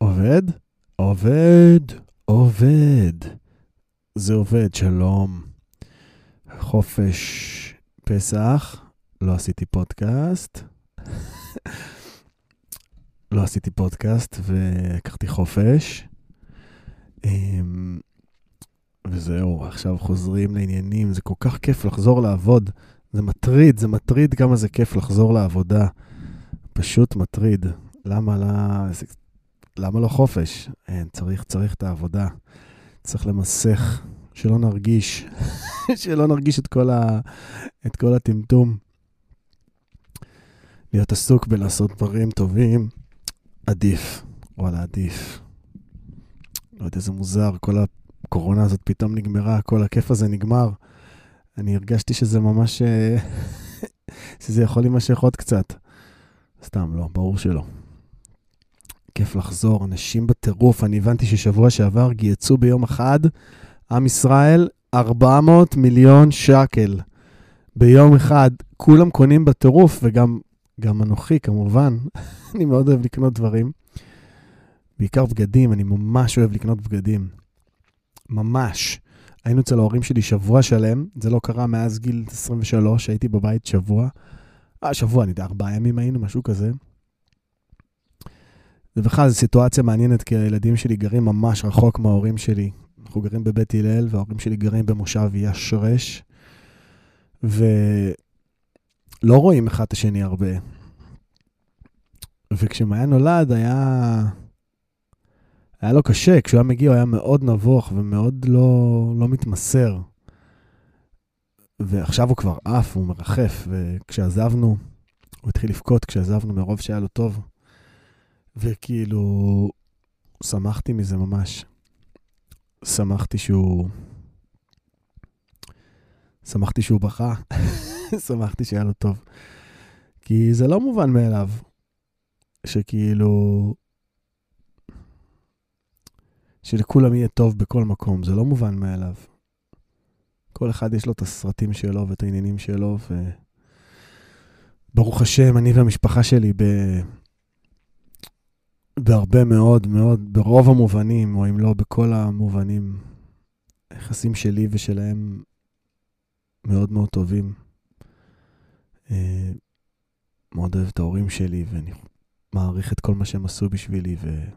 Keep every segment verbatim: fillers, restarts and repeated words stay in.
עובד? עובד, עובד. זה עובד, שלום. חופש פסח, לא עשיתי פודקאסט. לא עשיתי פודקאסט וקחתי חופש. וזהו, עכשיו חוזרים לעניינים. זה כל כך כיף לחזור לעבוד. זה מטריד, זה מטריד כמה זה כיף לחזור לעבודה. פשוט מטריד. למה לא, למה לא חופש? אין, צריך, צריך את העבודה. צריך למסך, שלא נרגיש, שלא נרגיש את כל ה, את כל הטמטום. להיות עסוק בלעשות דברים טובים, עדיף. וואלה, עדיף. לא יודע, זה מוזר, כל הקורונה הזאת פתאום נגמרה, כל הכיף הזה נגמר. אני הרגשתי שזה ממש, שזה יכול להימשך עוד קצת. סתם לא, ברור שלא. כיף לחזור, אנשים בטירוף. אני הבנתי ששבוע שעבר גייצו ביום אחד, עם ישראל, ארבע מאות מיליון שקל. ביום אחד, כולם קונים בטירוף, וגם גם אנוכי, כמובן. אני מאוד אוהב לקנות דברים. בעיקר בגדים, אני ממש אוהב לקנות בגדים. ממש. היינו אצל ההורים שלי שבוע שלם, זה לא קרה מאז גיל עשרים ושלוש, הייתי בבית שבוע. אה, שבוע, אני יודע, ארבעה ימים היינו, משהו כזה. ובכלל, זו סיטואציה מעניינת, כי הילדים שלי גרים ממש רחוק מההורים שלי. אנחנו גרים בבית הלל, וההורים שלי גרים במושב ישרש. ולא רואים אחד את השני הרבה. וכשמאיה נולד, היה... היה לו קשה. כשהוא היה מגיע, הוא היה מאוד נבוך, ומאוד לא, לא מתמסר. ועכשיו הוא כבר עף, הוא מרחף. וכשעזבנו, הוא התחיל לבכות כשעזבנו מרוב שהיה לו טוב. וכאילו, שמחתי מזה ממש. שמחתי שהוא... שמחתי שהוא בכה. שמחתי שהיה לו טוב. כי זה לא מובן מאליו. שכאילו... שלכולם יהיה טוב בכל מקום. זה לא מובן מאליו. כל אחד יש לו את הסרטים שלו ואת העניינים שלו. ו... ברוך השם, אני והמשפחה שלי ב... בהרבה מאוד, מאוד, ברוב המובנים, או אם לא בכל המובנים, היחסים שלי ושלהם מאוד מאוד טובים. מאוד אוהב את ההורים שלי, ואני מעריך את כל מה שהם עשו בשבילי,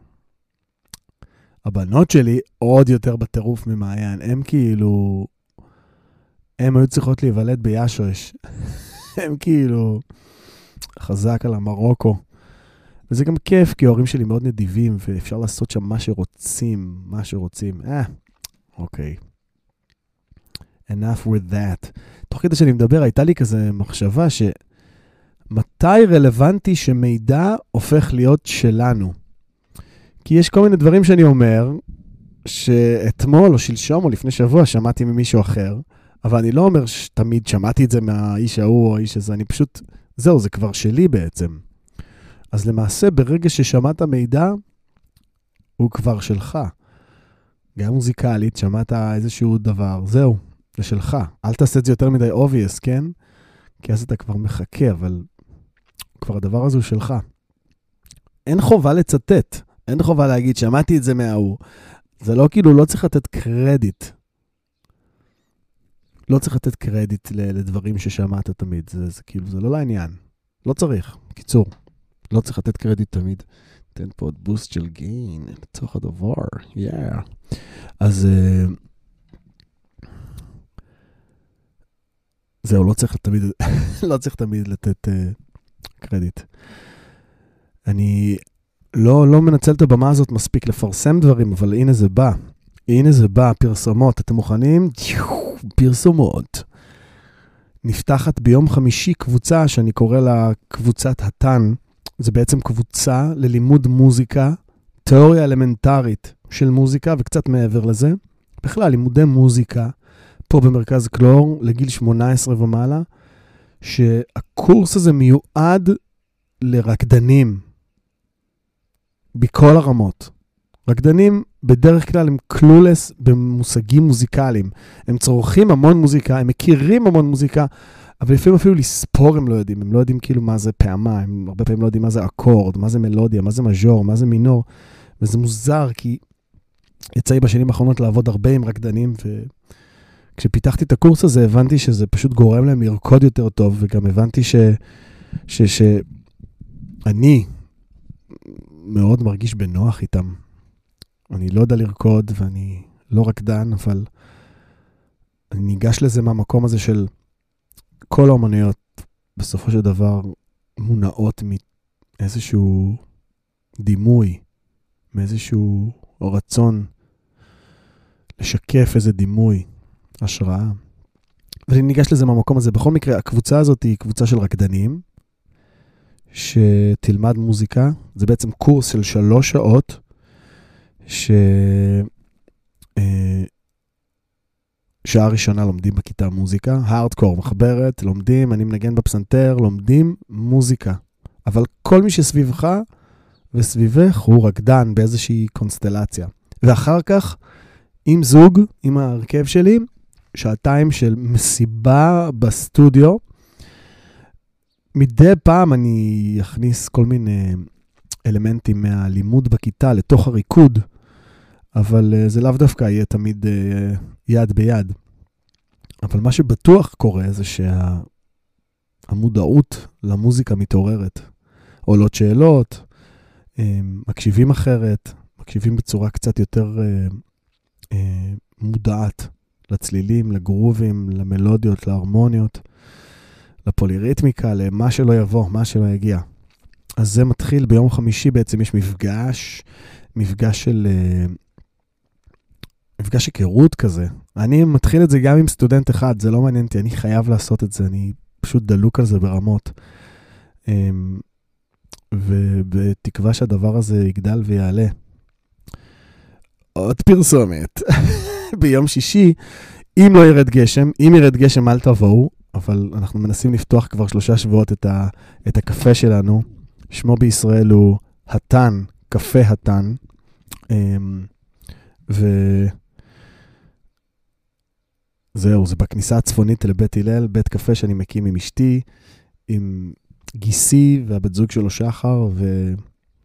והבנות שלי עוד יותר בטירוף ממעיין. הם כאילו, הם היו צריכות להיוולד בישרש. הם כאילו חזק על המרוקו. וזה גם כיף, כי ההורים שלי מאוד נדיבים, ואפשר לעשות שם מה שרוצים, מה שרוצים. אה, אוקיי. Enough with that. תוך כדי שאני מדבר, הייתה לי כזה מחשבה שמתי רלוונטי שמידע הופך להיות שלנו. כי יש כל מיני דברים שאני אומר, שאתמול או שלשום או לפני שבוע שמעתי ממישהו אחר, אבל אני לא אומר שתמיד שמעתי את זה מהאיש ההוא או האיש הזה, אני פשוט, זהו, זה כבר שלי בעצם. אז למעשה, ברגע ששמעת מידע, הוא כבר שלך. גם מוזיקלית, שמעת איזשהו דבר, זהו, זה שלך. אל תעשה את זה יותר מדי obvious, כן? כי אז אתה כבר מחכה, אבל כבר הדבר הזה הוא שלך. אין חובה לצטט, אין חובה להגיד, שמעתי את זה מההוא. זה לא כאילו, לא צריך לתת קרדיט. לא צריך לתת קרדיט לדברים ששמעת תמיד. זה, זה כאילו, זה לא לעניין. לא צריך, קיצור. לא צריך לתת קרדיט תמיד. תן פה עוד בוסט של גיין, לצורך הדבר. Yeah. אז uh, זהו, לא צריך תמיד, לא צריך תמיד לתת uh, קרדיט. אני לא, לא מנצל את הבמה הזאת מספיק לפרסם דברים, אבל הנה זה בא. הנה זה בא, פרסומות. אתם מוכנים? פרסומות. נפתחת ביום חמישי קבוצה שאני קורא לה קבוצת התן. זה בעצם קבוצה ללימוד מוזיקה, תיאוריה אלמנטרית של מוזיקה וקצת מעבר לזה. בכלל, לימודי מוזיקה, פה במרכז קלור, לגיל שמונה עשרה ומעלה, שהקורס הזה מיועד לרקדנים, בכל הרמות. רקדנים בדרך כלל הם קלולס במושגים מוזיקליים. הם צורכים המון מוזיקה, הם מכירים המון מוזיקה, אבל לפעמים אפילו לספור הם לא יודעים, הם לא יודעים כאילו מה זה פעמה, הם הרבה פעמים לא יודעים מה זה אקורד, מה זה מלודיה, מה זה מז'ור, מה זה מינור, וזה מוזר, כי יצא לי בשנים האחרונות לעבוד הרבה עם רקדנים, וכשפיתחתי את הקורס הזה, הבנתי שזה פשוט גורם להם לרקוד יותר טוב, וגם הבנתי ש... ש... ש... אני מאוד מרגיש בנוח איתם. אני לא יודע לרקוד, ואני לא רקדן, אבל אני ניגש לזה מהמקום הזה של כל האומנויות, בסופו של דבר, מונעות מאיזשהו דימוי, מאיזשהו רצון לשקף איזה דימוי, השראה. ואני ניגש לזה מהמקום הזה. בכל מקרה, הקבוצה הזאת היא קבוצה של רקדנים, שתלמד מוזיקה. זה בעצם קורס של שלוש שעות, ש... שעה ראשונה לומדים בכיתה מוזיקה, הארדקור, מחברת, לומדים, אני מנגן בפסנתר, לומדים מוזיקה. אבל כל מי שסביבך וסביבך הוא רקדן באיזושהי קונסטלציה. ואחר כך, עם זוג, עם ההרכב שלי, שעתיים של מסיבה בסטודיו, מדי פעם אני אכניס כל מיני אלמנטים מהלימוד בכיתה לתוך הריקוד, אבל זה לאו דווקא יהיה תמיד יד ביד. אבל מה שבטוח קורה זה שהמודעות למוזיקה מתעוררת. עולות שאלות, מקשיבים אחרת, מקשיבים בצורה קצת יותר מודעת לצלילים, לגרובים, למלודיות, להרמוניות, לפוליריתמיקה, למה שלא יבוא, מה שלא יגיע. אז זה מתחיל ביום חמישי, בעצם יש מפגש, מפגש של... מפגש היכרות כזה. אני מתחיל את זה גם עם סטודנט אחד, זה לא מעניין אותי, אני חייב לעשות את זה, אני פשוט דלוק על זה ברמות. ובתקווה שהדבר הזה יגדל ויעלה. עוד פרסומת. ביום שישי, אם לא ירד גשם, אם ירד גשם אל תבואו, אבל אנחנו מנסים לפתוח כבר שלושה שבועות את, ה, את הקפה שלנו. שמו בישראל הוא התן, קפה התן. ו... זהו, זה בכניסה הצפונית לבית הלל, בית קפה שאני מקים עם אשתי, עם גיסי והבת זוג שלו שחר, ו...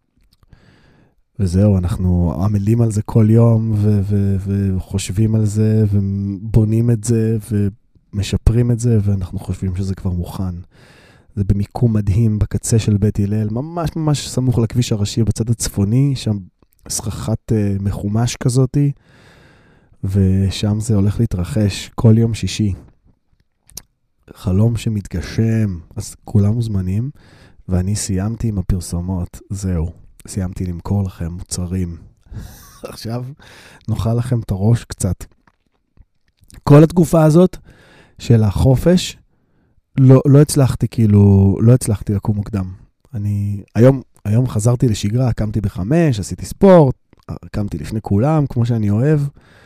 וזהו, אנחנו עמלים על זה כל יום, ו- ו- וחושבים על זה, ובונים את זה, ומשפרים את זה, ואנחנו חושבים שזה כבר מוכן. זה במיקום מדהים בקצה של בית הלל, ממש ממש סמוך לכביש הראשי בצד הצפוני, שם סככת uh, מחומש כזאת, ושם זה הולך להתרחש כל יום שישי. חלום שמתגשם, אז כולם מוזמנים, ואני סיימתי עם הפרסומות, זהו. סיימתי למכור לכם מוצרים. עכשיו נאכל לכם את הראש קצת. כל התקופה הזאת של החופש, לא, לא הצלחתי כאילו, לא הצלחתי לקום מוקדם. אני, היום, היום חזרתי לשגרה, קמתי בחמש, עשיתי ספורט, קמתי לפני כולם, כמו שאני אוהב.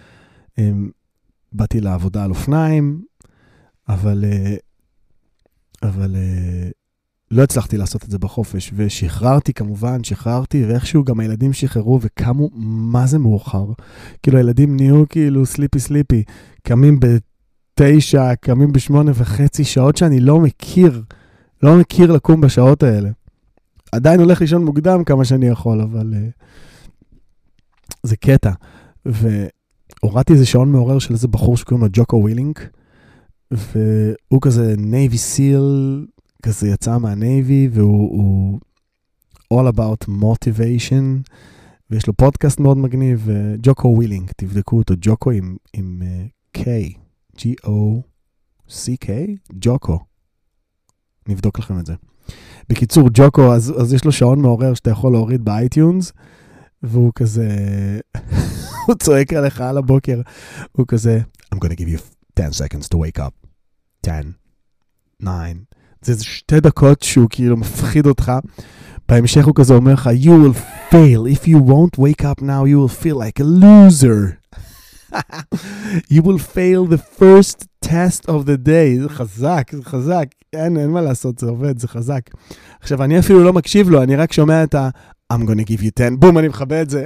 באתי לעבודה על אופניים, אבל, אבל, לא הצלחתי לעשות את זה בחופש, ושחררתי כמובן, שחררתי, ואיכשהו גם הילדים שחררו וקמו, מה זה מאוחר? כאילו הילדים נהיו כאילו סליפי סליפי, קמים בתשע, קמים בשמונה וחצי, שעות שאני לא מכיר, לא מכיר לקום בשעות האלה. עדיין הולך לישון מוקדם כמה שאני יכול, אבל uh, זה קטע. והורדתי איזה שעון מעורר של איזה בחור שקוראים לו ג'וקו ווילינג, והוא כזה נייבי סיל, כזה יצא מהנייבי, והוא הוא all about motivation, ויש לו פודקאסט מאוד מגניב, ג'וקו ווילינג, תבדקו אותו, ג'וקו עם, עם uh, K, G-O-C-K, ג'וקו. נבדוק לכם את זה. בקיצור, ג'וקו, אז, אז יש לו שעון מעורר שאתה יכול להוריד באייטיונס, והוא כזה, הוא צועק עליך על הבוקר, הוא כזה, I'm gonna give you ten seconds to wake up. ten, nine. זה איזה שתי דקות שהוא כאילו מפחיד אותך. בהמשך הוא כזה אומר לך, you will fail. If you won't wake up now, you will feel like a loser. You will fail the first test of the day. זה חזק, זה חזק. אין, אין מה לעשות, זה עובד, זה חזק. עכשיו, אני אפילו לא מקשיב לו, אני רק שומע את ה- I'm gonna give you ten. בום, אני מחבא את זה.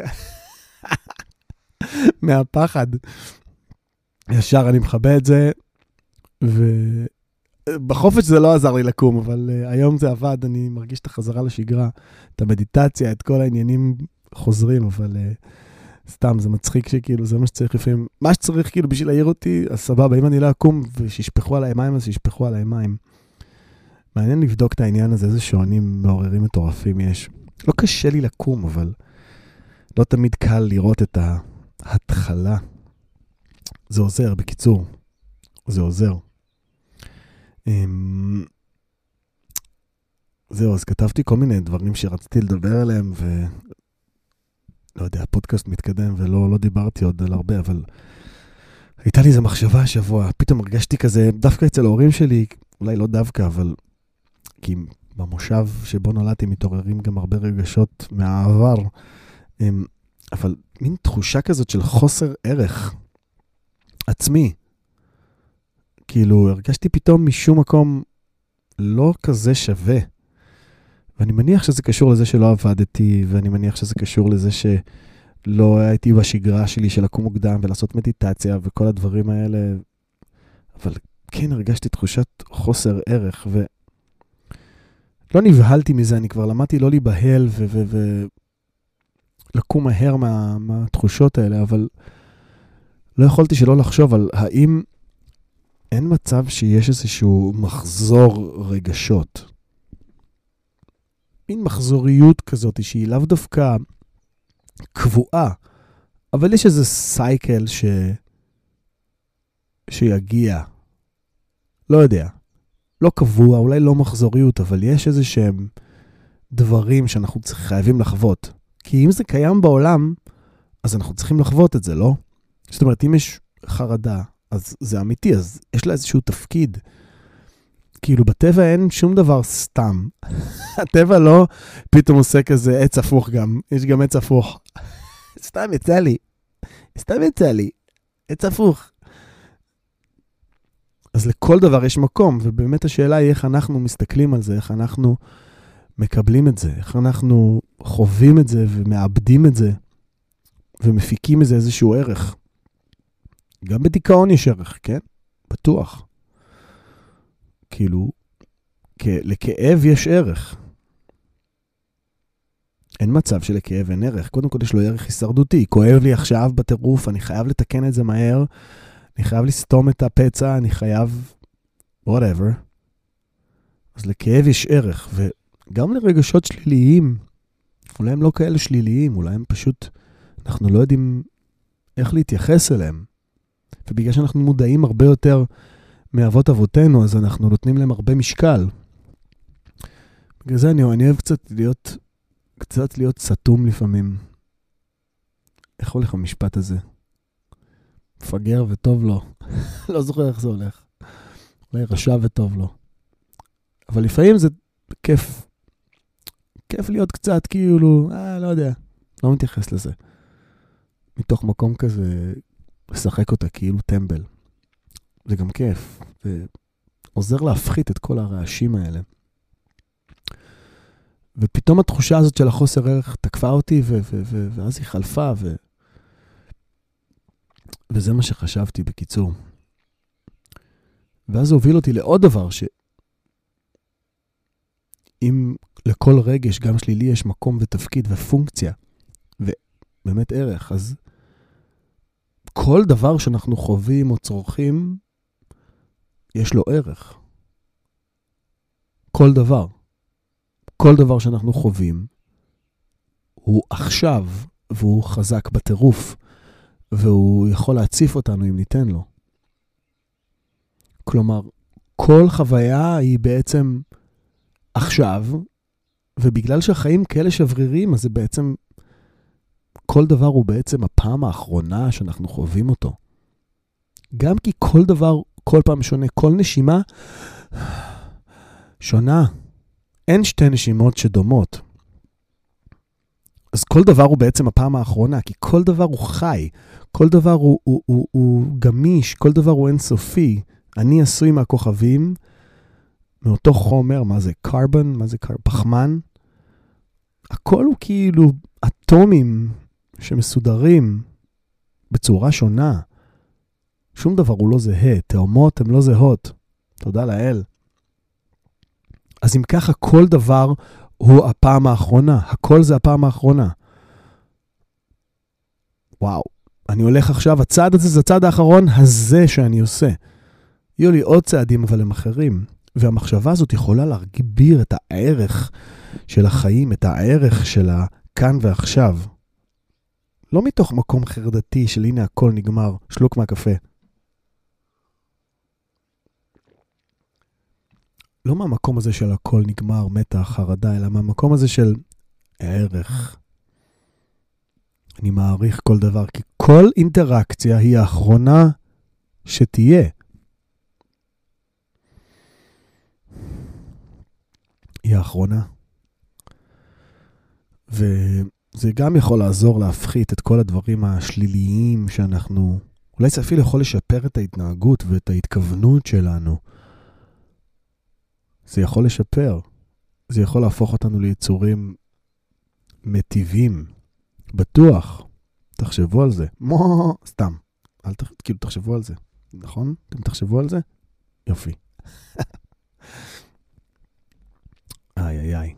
מהפחד. ישר אני מחבא את זה, ובחופש זה לא עזר לי לקום, אבל uh, היום זה עבד, אני מרגיש את החזרה לשגרה, את המדיטציה, את כל העניינים חוזרים, אבל uh, סתם, זה מצחיק שכאילו, זה מה שצריך לפעמים, מה שצריך כאילו בשביל להעיר אותי, אז סבבה, אם אני לא אקום ושישפכו עליי מים, אז שישפכו עליי מים. מעניין לבדוק את העניין הזה, איזה שעונים מעוררים מטורפים יש. לא קשה לי לקום, אבל לא תמיד קל לראות את ההתחלה. זה עוזר, בקיצור. זה עוזר. זהו, אז כתבתי כל מיני דברים שרציתי לדבר עליהם, ו... לא יודע, הפודקאסט מתקדם, ולא לא דיברתי עוד על הרבה, אבל הייתה לי איזו מחשבה השבוע, פתאום הרגשתי כזה, דווקא אצל ההורים שלי, אולי לא דווקא, אבל כי במושב שבו נולדתי מתעוררים גם הרבה רגשות מהעבר, אבל מין תחושה כזאת של חוסר ערך עצמי. כאילו, הרגשתי פתאום משום מקום לא כזה שווה. ואני מניח שזה קשור לזה שלא עבדתי, ואני מניח שזה קשור לזה שלא הייתי בשגרה שלי של לקום מוקדם ולעשות מדיטציה וכל הדברים האלה. אבל כן, הרגשתי תחושת חוסר ערך, ולא נבהלתי מזה, אני כבר למדתי לא להיבהל ו... ו... ו... לקום מהר מה... מהתחושות האלה, אבל לא יכולתי שלא לחשוב על האם אין מצב שיש איזשהו מחזור רגשות. מין מחזוריות כזאת שהיא לאו דווקא קבועה, אבל יש איזה סייקל ש... שיגיע. לא יודע. לא קבוע, אולי לא מחזוריות, אבל יש איזה שהם דברים שאנחנו חייבים לחוות. כי אם זה קיים בעולם, אז אנחנו צריכים לחוות את זה, לא? זאת אומרת, אם יש חרדה, אז זה אמיתי, אז יש לה איזשהו תפקיד. כאילו, בטבע אין שום דבר סתם. הטבע לא פתאום עושה כזה עץ הפוך גם. יש גם עץ הפוך. סתם יצא לי. סתם יצא לי. עץ הפוך. אז לכל דבר יש מקום, ובאמת השאלה היא איך אנחנו מסתכלים על זה, איך אנחנו מקבלים את זה, איך אנחנו חווים את זה ומאבדים את זה, ומפיקים מזה איזשהו ערך. גם בדיכאון יש ערך, כן? בטוח. כאילו, לכאב יש ערך. אין מצב שלכאב אין ערך. קודם כל יש לו ערך הישרדותי. כואב לי עכשיו בטירוף, אני חייב לתקן את זה מהר, אני חייב לסתום את הפצע, אני חייב whatever. אז לכאב יש ערך, וגם לרגשות שליליים, אולי הם לא כאלה שליליים, אולי הם פשוט, אנחנו לא יודעים איך להתייחס אליהם. ובגלל שאנחנו מודעים הרבה יותר מאבות אבותינו, אז אנחנו נותנים להם הרבה משקל. בגלל זה אני, אני אוהב קצת להיות, קצת להיות סתום לפעמים. איך הולך המשפט הזה? מפגר וטוב לו. לא זוכר איך זה הולך. אולי רשע וטוב לו. אבל לפעמים זה כיף. כיף להיות קצת כאילו, אה, לא יודע. לא מתייחס לזה. מתוך מקום כזה, לשחק אותה כאילו טמבל. זה גם כיף. זה עוזר להפחית את כל הרעשים האלה. ופתאום התחושה הזאת של החוסר ערך תקפה אותי, ו- ו- ו- ואז היא חלפה, ו... וזה מה שחשבתי בקיצור. ואז זה הוביל אותי לעוד דבר, שאם לכל רגש, גם שלילי, יש מקום ותפקיד ופונקציה, ובאמת ערך, אז כל דבר שאנחנו חווים או צורכים, יש לו ערך. כל דבר. כל דבר שאנחנו חווים, הוא עכשיו, והוא חזק בטירוף, והוא יכול להציף אותנו אם ניתן לו. כלומר, כל חוויה היא בעצם עכשיו, ובגלל שהחיים כאלה שברירים, אז זה בעצם, כל דבר הוא בעצם הפעם האחרונה שאנחנו חווים אותו. גם כי כל דבר, כל פעם שונה, כל נשימה שונה. אין שתי נשימות שדומות. אז כל דבר הוא בעצם הפעם האחרונה, כי כל דבר הוא חי, כל דבר הוא, הוא, הוא, הוא גמיש, כל דבר הוא אינסופי. אני עשוי מהכוכבים, מאותו חומר, מה זה קרבון, מה זה קר... פחמן. הכל הוא כאילו אטומים שמסודרים בצורה שונה. שום דבר הוא לא זהה, תאומות הן לא זהות. תודה לאל. אז אם ככה כל דבר הוא הפעם האחרונה, הכל זה הפעם האחרונה. וואו, אני הולך עכשיו, הצעד הזה זה הצעד האחרון הזה שאני עושה. יהיו לי עוד צעדים, אבל הם אחרים. והמחשבה הזאת יכולה להגביר את הערך של החיים, את הערך של הכאן ועכשיו. לא מתוך מקום חרדתי של הנה הכל נגמר, שלוק מהקפה. לא מהמקום הזה של הכל נגמר, מתח, חרדה, אלא מהמקום הזה של ערך. אני מעריך כל דבר, כי כל אינטראקציה היא האחרונה שתהיה. היא האחרונה. וזה גם יכול לעזור להפחית את כל הדברים השליליים שאנחנו, אולי זה אפילו יכול לשפר את ההתנהגות ואת ההתכוונות שלנו. זה יכול לשפר. זה יכול להפוך אותנו ליצורים מטיבים. בטוח. תחשבו על זה. מו, סתם. אל ת... כאילו תחשבו על זה. נכון? אתם תחשבו על זה? יופי. איי, איי, איי.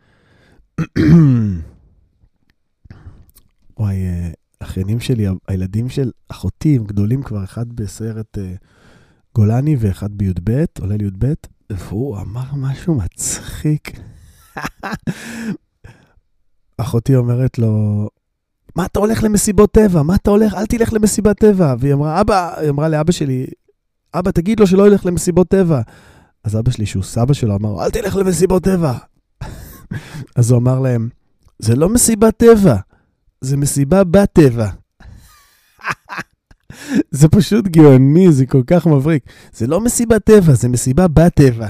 וואי, האחיינים שלי, הילדים של אחותי הם גדולים כבר, אחד בסיירת גולני ואחד בי"ב, עולה לי"ב, והוא אמר משהו מצחיק. אחותי אומרת לו, מה אתה הולך למסיבות טבע? מה אתה הולך? אל תלך למסיבת טבע. והיא אמרה, אבא, היא אמרה לאבא שלי, אבא, תגיד לו שלא ילך למסיבות טבע. אז אבא שלי, שהוא סבא שלו, אמר, אל תלך למסיבות טבע. אז הוא אמר להם, זה לא מסיבת טבע, זה מסיבה בטבע. זה פשוט גאוני, זה כל כך מבריק. זה לא מסיבת טבע, זה מסיבה בטבע.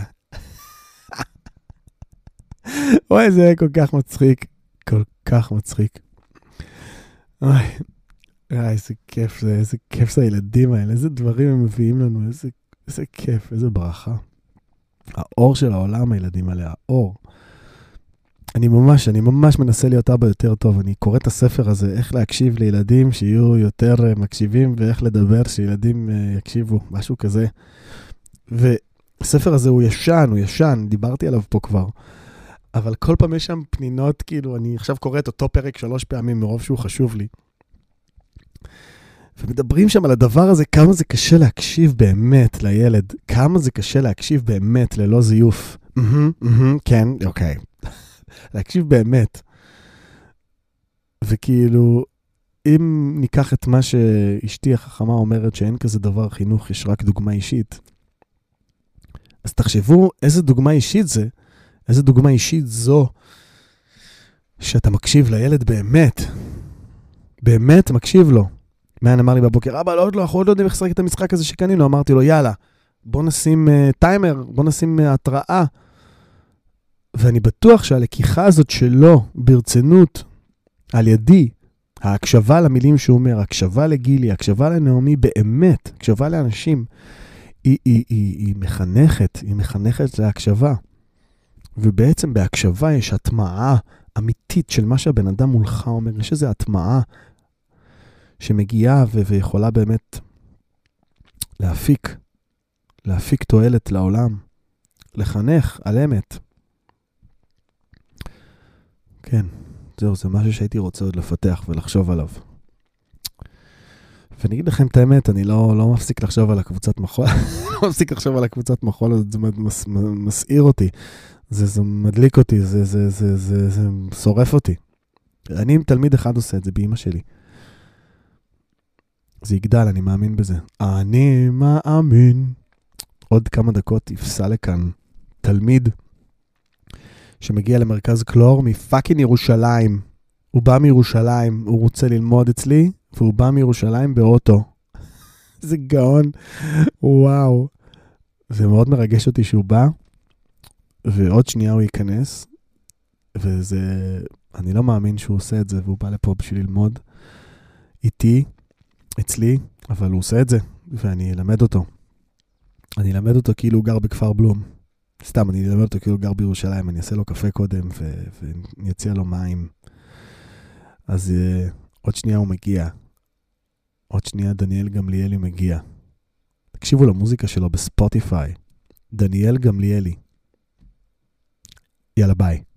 וואי, זה היה כל כך מצחיק. כל כך מצחיק. וואי, איזה כיף זה, איזה כיף זה הילדים האלה, איזה דברים הם מביאים לנו, איזה, איזה כיף, איזה ברכה. האור של העולם, הילדים האלה, האור. אני ממש, אני ממש מנסה להיות אבא יותר טוב. אני קורא את הספר הזה, איך להקשיב לילדים שיהיו יותר מקשיבים, ואיך לדבר שילדים יקשיבו, משהו כזה. והספר הזה הוא ישן, הוא ישן, דיברתי עליו פה כבר. אבל כל פעם יש שם פנינות, כאילו, אני עכשיו קורא את אותו פרק שלוש פעמים, מרוב שהוא חשוב לי. ומדברים שם על הדבר הזה, כמה זה קשה להקשיב באמת לילד, כמה זה קשה להקשיב באמת ללא זיוף. כן, אוקיי. להקשיב באמת. וכאילו, אם ניקח את מה שאשתי החכמה אומרת, שאין כזה דבר חינוך, יש רק דוגמה אישית. אז תחשבו איזה דוגמה אישית זה, איזה דוגמה אישית זו, שאתה מקשיב לילד באמת. באמת מקשיב לו. מען אמר לי בבוקר, אבא, לא עוד לא, אנחנו עוד לא יודעים איך לשחק את המשחק הזה שקנינו. אמרתי לו, יאללה, בוא נשים uh, טיימר, בוא נשים uh, התראה. ואני בטוח שהלקיחה הזאת שלו, ברצינות, על ידי, ההקשבה למילים שהוא אומר, הקשבה לגילי, הקשבה לנעמי, באמת, הקשבה לאנשים, היא, היא, היא, היא מחנכת, היא מחנכת להקשבה. ובעצם בהקשבה יש הטמעה אמיתית של מה שהבן אדם מולך אומר, יש איזו הטמעה שמגיעה ו- ויכולה באמת להפיק, להפיק תועלת לעולם, לחנך על אמת. כן, זהו, זה משהו שהייתי רוצה עוד לפתח ולחשוב עליו. ואני אגיד לכם את האמת, אני לא, לא מפסיק לחשוב על הקבוצת מחול, לא מפסיק לחשוב על הקבוצת מחול, זה מס, מסעיר אותי, זה, זה מדליק אותי, זה, זה, זה, זה, זה שורף אותי. אני עם תלמיד אחד עושה את זה, באמא שלי. זה יגדל, אני מאמין בזה. אני מאמין. עוד כמה דקות יפסע לכאן תלמיד שמגיע למרכז קלור מפאקינג ירושלים. הוא בא מירושלים, הוא רוצה ללמוד אצלי, והוא בא מירושלים באוטו. זה גאון. וואו. זה מאוד מרגש אותי שהוא בא, ועוד שנייה הוא ייכנס, וזה, אני לא מאמין שהוא עושה את זה, והוא בא לפה בשביל ללמוד איתי, אצלי, אבל הוא עושה את זה, ואני אלמד אותו. אני אלמד אותו כאילו הוא גר בכפר בלום. סתם, אני אלמד אותו כאילו הוא גר בירושלים, אני אעשה לו קפה קודם, ו- ואני אציע לו מים. אז uh, עוד שנייה הוא מגיע. עוד שנייה דניאל גמליאלי מגיע. תקשיבו למוזיקה שלו בספוטיפיי. דניאל גמליאלי. יאללה, ביי.